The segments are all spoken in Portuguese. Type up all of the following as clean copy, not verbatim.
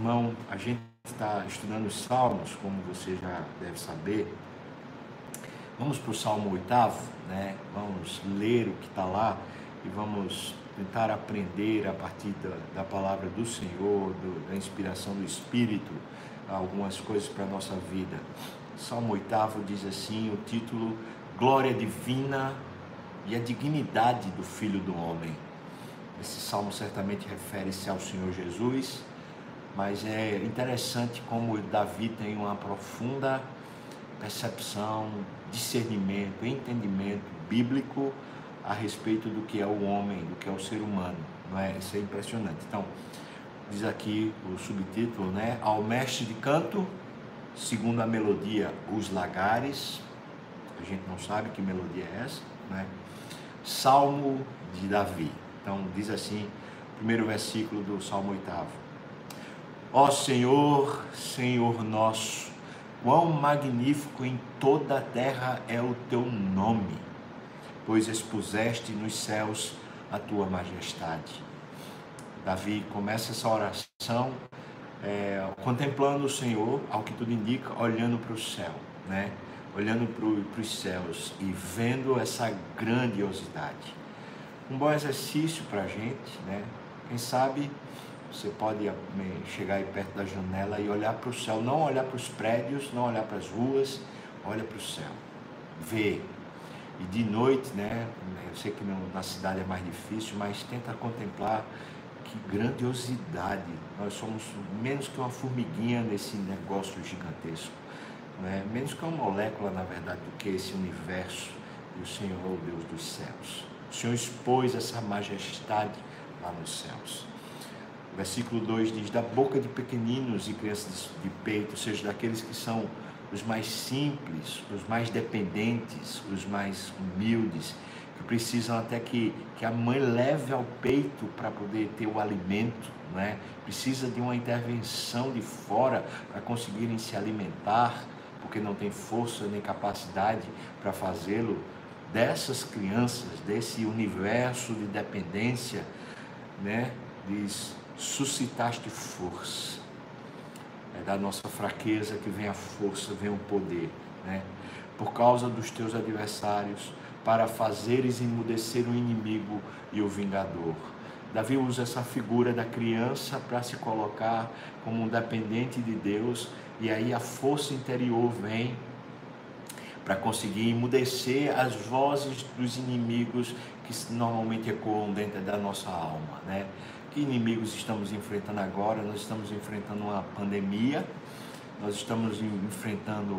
Irmão, a gente está estudando os Salmos, como você já deve saber. Vamos para o Salmo 8º, né? Vamos ler o que está lá e vamos tentar aprender a partir da palavra do Senhor, da inspiração do Espírito, algumas coisas para a nossa vida. Salmo 8º diz assim, o título: Glória Divina e a Dignidade do Filho do Homem. Esse salmo certamente refere-se ao Senhor Jesus, mas é interessante como Davi tem uma profunda percepção, discernimento, entendimento bíblico a respeito do que é o homem, do que é o ser humano, não é? Isso é impressionante. Então, diz aqui o subtítulo, né? Ao mestre de canto, segundo a melodia, os lagares. A gente não sabe que melodia é essa, né? Salmo de Davi. Então, diz assim, primeiro versículo do Salmo 8º. Ó Senhor, Senhor nosso, quão magnífico em toda a terra é o teu nome, pois expuseste nos céus a tua majestade. Davi começa essa oração contemplando o Senhor, ao que tudo indica, olhando para o céu, né? Olhando para os céus e vendo essa grandiosidade. Um bom exercício para a gente, né? Quem sabe você pode chegar aí perto da janela e olhar para o céu, não olhar para os prédios, não olhar para as ruas, olha para o céu, vê. E de noite, né? Eu sei que na cidade é mais difícil, mas tenta contemplar que grandiosidade. Nós somos menos que uma formiguinha nesse negócio gigantesco, né? Menos que uma molécula, na verdade, do que esse universo. E o Senhor é o Deus dos céus. O Senhor expôs essa majestade lá nos céus. O versículo 2 diz, da boca de pequeninos e crianças de peito, ou seja, daqueles que são os mais simples, os mais dependentes, os mais humildes, que precisam até que a mãe leve ao peito para poder ter o alimento, né? Precisa de uma intervenção de fora para conseguirem se alimentar, porque não tem força nem capacidade para fazê-lo. Dessas crianças, desse universo de dependência, né? Diz, suscitaste força. É da nossa fraqueza que vem a força, vem o poder, né? Por causa dos teus adversários, para fazeres emudecer o inimigo e o vingador. Davi usa essa figura da criança para se colocar como um dependente de Deus, e aí a força interior vem para conseguir emudecer as vozes dos inimigos que normalmente ecoam dentro da nossa alma, né? Que inimigos estamos enfrentando agora? Nós estamos enfrentando uma pandemia, nós estamos enfrentando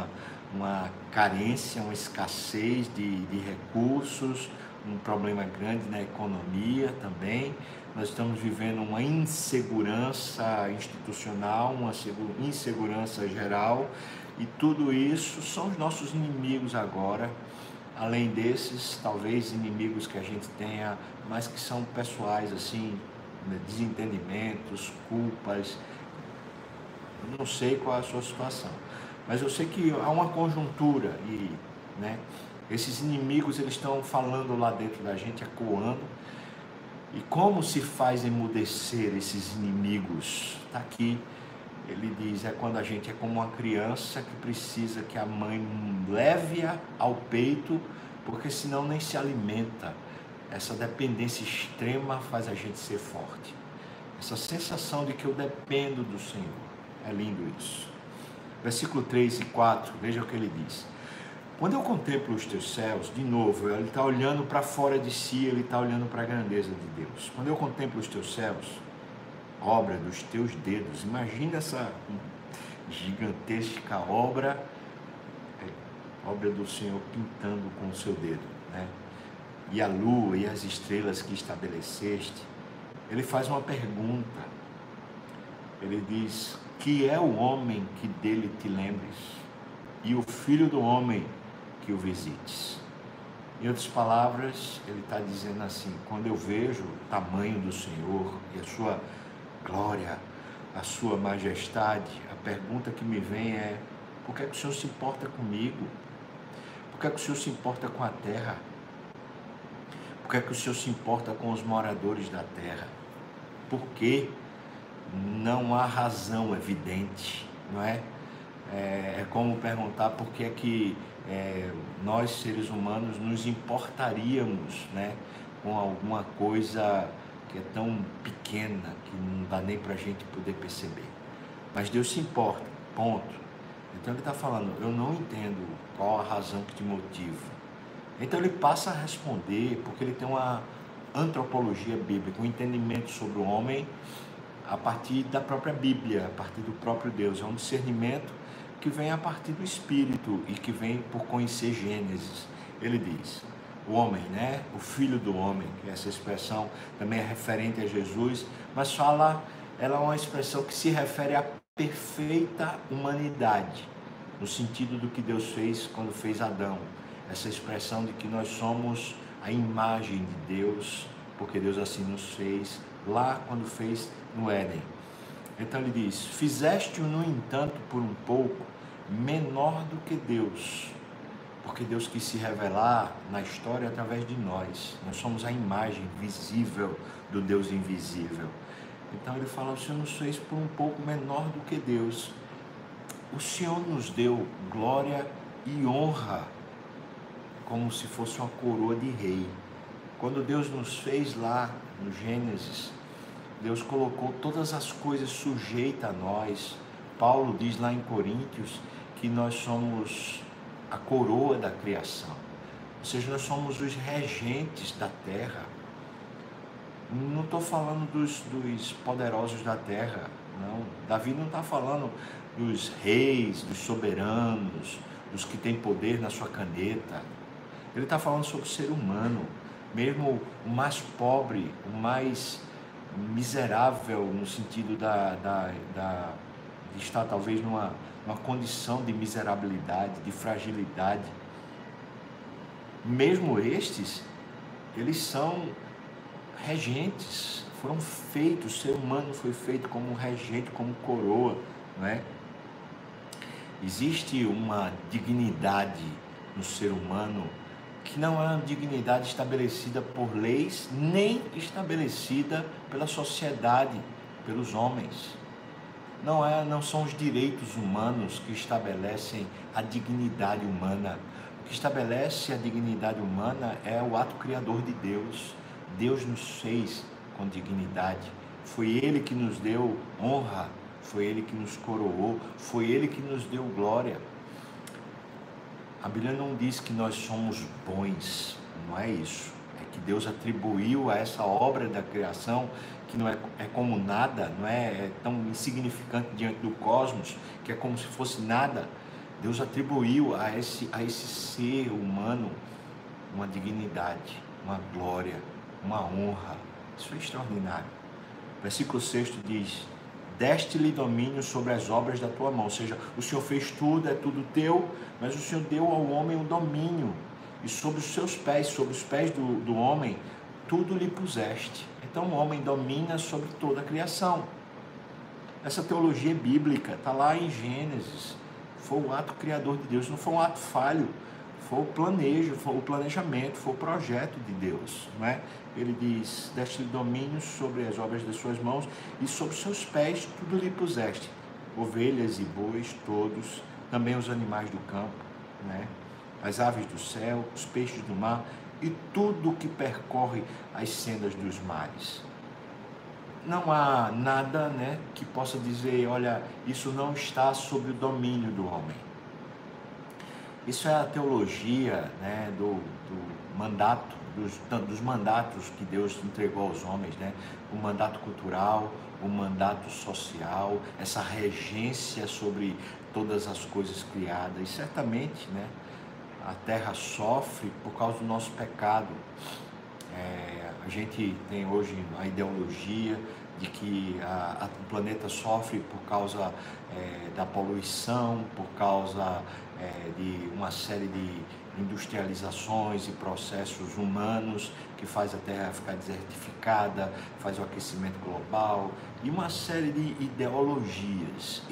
uma carência, uma escassez de recursos, um problema grande na economia também. Nós estamos vivendo uma insegurança institucional, uma insegurança geral, e tudo isso são os nossos inimigos agora. Além desses, talvez inimigos que a gente tenha, mas que são pessoais, assim, desentendimentos, culpas. Eu não sei qual é a sua situação, mas eu sei que há uma conjuntura e, né, esses inimigos, eles estão falando lá dentro da gente, ecoando. E como se faz emudecer esses inimigos? Está aqui, ele diz, é quando a gente é como uma criança que precisa que a mãe leve-a ao peito, porque senão nem se alimenta. Essa dependência extrema faz a gente ser forte. Essa sensação de que eu dependo do Senhor. É lindo isso. Versículo 3 e 4, veja o que ele diz. Quando eu contemplo os teus céus, de novo, ele está olhando para fora de si, ele está olhando para a grandeza de Deus. Quando eu contemplo os teus céus, obra dos teus dedos, imagina essa gigantesca obra do Senhor pintando com o seu dedo, né? E a lua e as estrelas que estabeleceste. Ele faz uma pergunta, ele diz, que é o homem que dele te lembres, e o filho do homem que o visites. Em outras palavras, ele está dizendo assim, quando eu vejo o tamanho do Senhor e a sua glória, a sua majestade, a pergunta que me vem é, por que é que o Senhor se importa comigo? Por que é que o Senhor se importa com a terra? Por que é que o Senhor se importa com os moradores da terra? Por quê? não há razão evidente, não é? É como perguntar por que é que nós, seres humanos, nos importaríamos, né, com alguma coisa que é tão pequena que não dá nem para a gente poder perceber. Mas Deus se importa, ponto. Então ele está falando, eu não entendo qual a razão que te motiva. Então ele passa a responder, porque ele tem uma antropologia bíblica, um entendimento sobre o homem a partir da própria Bíblia, a partir do próprio Deus. É um discernimento que vem a partir do Espírito e que vem por conhecer Gênesis. Ele diz, o homem, né? O filho do homem, que essa expressão também é referente a Jesus, mas ela é uma expressão que se refere à perfeita humanidade, no sentido do que Deus fez quando fez Adão. Essa expressão de que nós somos a imagem de Deus, porque Deus assim nos fez lá quando fez no Éden. Então ele diz, fizeste-o no entanto por um pouco menor do que Deus, porque Deus quis se revelar na história através de nós. Nós somos a imagem visível do Deus invisível. Então ele fala, o Senhor nos fez por um pouco menor do que Deus. O Senhor nos deu glória e honra, como se fosse uma coroa de rei. Quando Deus nos fez lá no Gênesis, Deus colocou todas as coisas sujeitas a nós. Paulo diz lá em Coríntios que nós somos a coroa da criação, ou seja, nós somos os regentes da terra. Não estou falando dos poderosos da terra, não. Davi não está falando dos reis, dos soberanos, dos que têm poder na sua caneta. Ele está falando sobre o ser humano, mesmo o mais pobre, o mais miserável, no sentido de estar talvez numa condição de miserabilidade, de fragilidade. Mesmo estes, eles são regentes, foram feitos, o ser humano foi feito como regente, como coroa, não é? Existe uma dignidade no ser humano que não é uma dignidade estabelecida por leis, nem estabelecida pela sociedade, pelos homens. Não são os direitos humanos que estabelecem a dignidade humana. O que estabelece a dignidade humana é o ato criador de Deus. Deus nos fez com dignidade. Foi Ele que nos deu honra, foi Ele que nos coroou, foi Ele que nos deu glória. A Bíblia não diz que nós somos bons, não é isso. É que Deus atribuiu a essa obra da criação, que não é como nada, não é tão insignificante diante do cosmos, que é como se fosse nada. Deus atribuiu a esse ser humano uma dignidade, uma glória, uma honra. Isso é extraordinário. Versículo 6 diz, deste-lhe domínio sobre as obras da tua mão. Ou seja, o Senhor fez tudo, é tudo teu, mas o Senhor deu ao homem o domínio. E sobre os seus pés, sobre os pés do homem, tudo lhe puseste. Então o homem domina sobre toda a criação. Essa teologia bíblica está lá em Gênesis. Foi o ato criador de Deus, não foi um ato falho. Foi o planejamento, foi o projeto de Deus, não é? Ele diz, deste-lhe domínio sobre as obras das suas mãos e sobre os seus pés tudo lhe puseste. Ovelhas e bois, todos, também os animais do campo, né? As aves do céu, os peixes do mar e tudo que percorre as sendas dos mares. Não há nada, né, que possa dizer, olha, isso não está sob o domínio do homem. Isso é a teologia, né, do mandato, dos mandatos que Deus entregou aos homens, né? O mandato cultural, o mandato social, essa regência sobre todas as coisas criadas. E certamente, né, a terra sofre por causa do nosso pecado. A gente tem hoje a ideologia de que o planeta sofre por causa da poluição, por causa de uma série de industrializações e processos humanos que faz a Terra ficar desertificada, faz o aquecimento global e uma série de ideologias.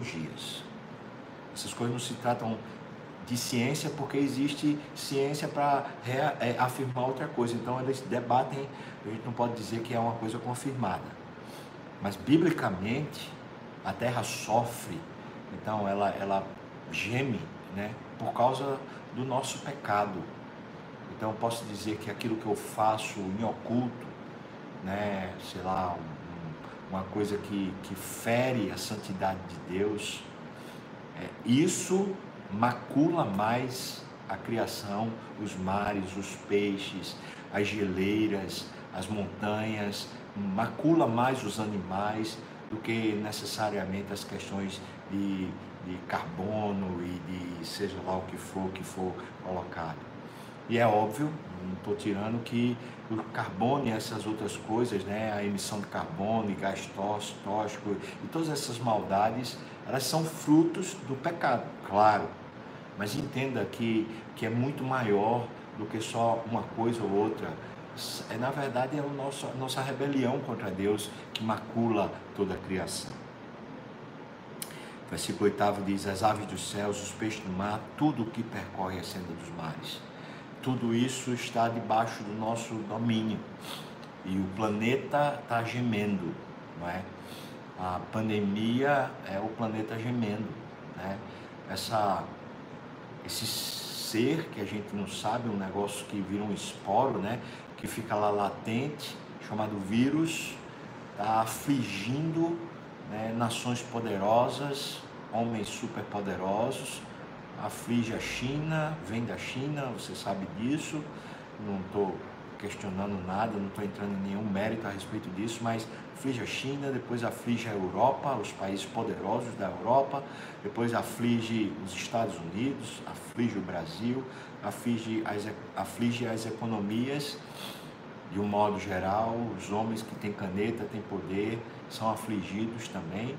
Essas coisas não se tratam de ciência porque existe ciência para afirmar outra coisa. Então eles debatem, a gente não pode dizer que é uma coisa confirmada. Mas biblicamente a terra sofre, então ela geme, né, por causa do nosso pecado. Então eu posso dizer que aquilo que eu faço em oculto, né, sei lá, uma coisa que fere a santidade de Deus, isso macula mais a criação, os mares, os peixes, as geleiras, as montanhas, macula mais os animais do que necessariamente as questões de carbono e de seja lá o que for colocado. E é óbvio, não estou tirando que o carbono e essas outras coisas, né, a emissão de carbono e gás tóxico e todas essas maldades, elas são frutos do pecado, claro. Mas entenda que é muito maior do que só uma coisa ou outra. Na verdade, é a nossa rebelião contra Deus que macula toda a criação. Versículo 8 diz: as aves dos céus, os peixes do mar, tudo o que percorre a senda dos mares. Tudo isso está debaixo do nosso domínio. E o planeta está gemendo, não é? A pandemia é o planeta gemendo, né? Esse ser que a gente não sabe, um negócio que vira um esporo, né? Que fica lá latente, chamado vírus, está afligindo, né, nações poderosas, homens superpoderosos, aflige a China, vem da China, você sabe disso, não estou questionando nada, não estou entrando em nenhum mérito a respeito disso, mas aflige a China, depois aflige a Europa, os países poderosos da Europa, depois aflige os Estados Unidos, aflige o Brasil, aflige as economias de um modo geral, os homens que têm caneta, têm poder, são afligidos também,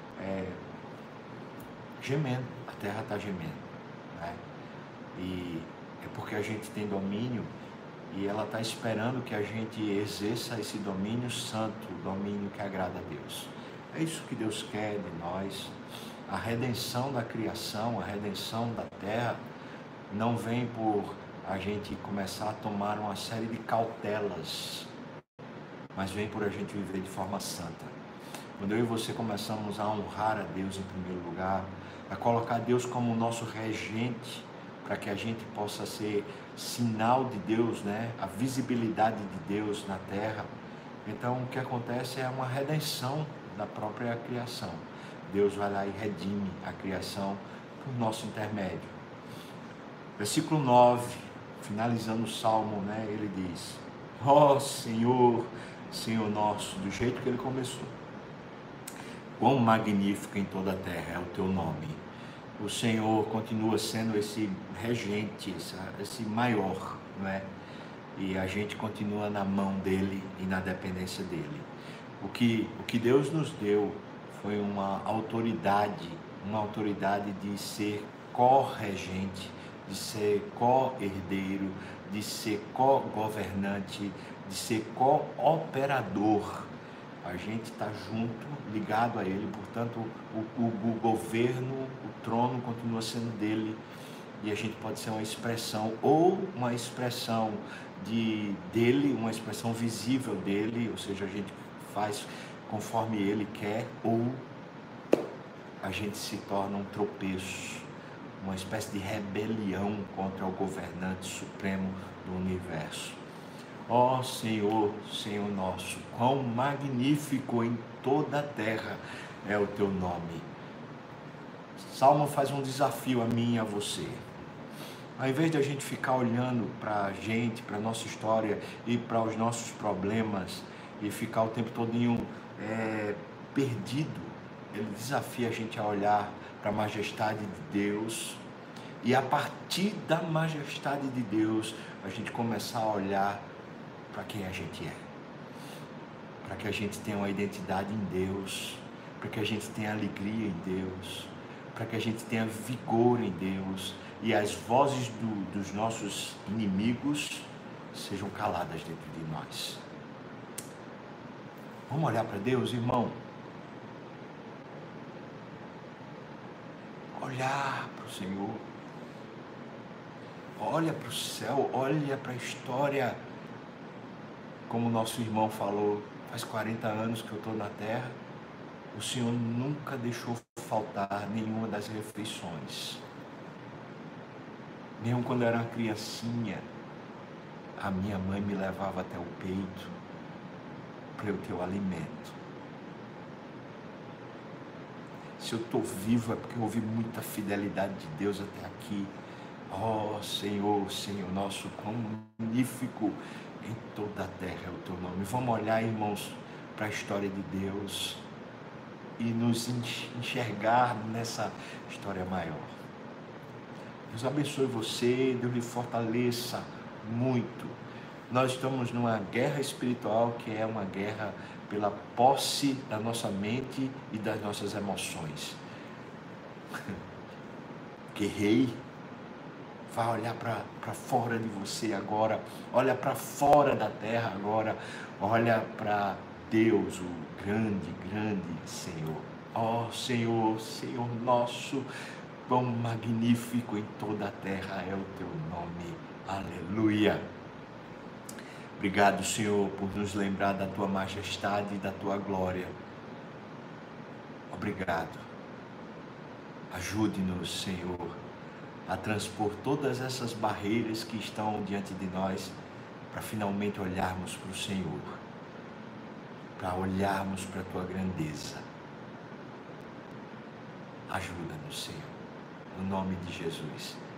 gemendo, a terra está gemendo, né? E é porque a gente tem domínio e ela está esperando que a gente exerça esse domínio santo, o domínio que agrada a Deus. É isso que Deus quer de nós. A redenção da criação, a redenção da terra, não vem por a gente começar a tomar uma série de cautelas, mas vem por a gente viver de forma santa. Quando eu e você começamos a honrar a Deus em primeiro lugar, a colocar Deus como nosso regente, para que a gente possa ser sinal de Deus, né? A visibilidade de Deus na terra. Então o que acontece é uma redenção da própria criação. Deus vai lá e redime a criação por nosso intermédio. Versículo 9, finalizando o Salmo, né? Ele diz: ó Senhor, Senhor nosso, do jeito que ele começou, quão magnífico em toda a terra é o teu nome. O Senhor continua sendo esse regente, esse maior, não é? E a gente continua na mão dele e na dependência dele. O que Deus nos deu foi uma autoridade de ser co-regente, de ser co-herdeiro, de ser co-governante, de ser co-operador. A gente está junto, ligado a ele, portanto o governo, o trono continua sendo dele, e a gente pode ser uma expressão, ou uma expressão dele, uma expressão visível dele, ou seja, a gente faz conforme ele quer, ou a gente se torna um tropeço, uma espécie de rebelião contra o governante supremo do universo. Ó Senhor, Senhor nosso, quão magnífico em toda a terra é o teu nome. Salmo faz um desafio a mim e a você. Ao invés de a gente ficar olhando para a gente, para a nossa história e para os nossos problemas e ficar o tempo todinho perdido, ele desafia a gente a olhar para a majestade de Deus e a partir da majestade de Deus a gente começar a olhar para quem a gente é, para que a gente tenha uma identidade em Deus, para que a gente tenha alegria em Deus, para que a gente tenha vigor em Deus e as vozes dos nossos inimigos sejam caladas dentro de nós. Vamos olhar para Deus, irmão? Olhar para o Senhor, olha para o céu, olha para a história. Como o nosso irmão falou, faz 40 anos que eu estou na terra, o Senhor nunca deixou faltar nenhuma das refeições. Mesmo quando eu era uma criancinha, a minha mãe me levava até o peito para eu ter o alimento. Se eu estou vivo é porque houve muita fidelidade de Deus até aqui. Ó Senhor, Senhor nosso, quão magnífico em toda a terra é o teu nome. Vamos olhar, irmãos, para a história de Deus e nos enxergar nessa história maior. Deus abençoe você, Deus lhe fortaleça muito. Nós estamos numa guerra espiritual que é uma guerra pela posse da nossa mente e das nossas emoções. Guerrei, vai olhar para fora de você agora, olha para fora da terra agora, olha para Deus, o grande, grande Senhor. Ó Senhor, Senhor nosso, quão magnífico em toda a terra é o teu nome. Aleluia. Obrigado, Senhor, por nos lembrar da tua majestade e da tua glória. Obrigado. Ajude-nos, Senhor, a transpor todas essas barreiras que estão diante de nós, para finalmente olharmos para o Senhor, para olharmos para a tua grandeza. Ajuda-nos, Senhor, no nome de Jesus.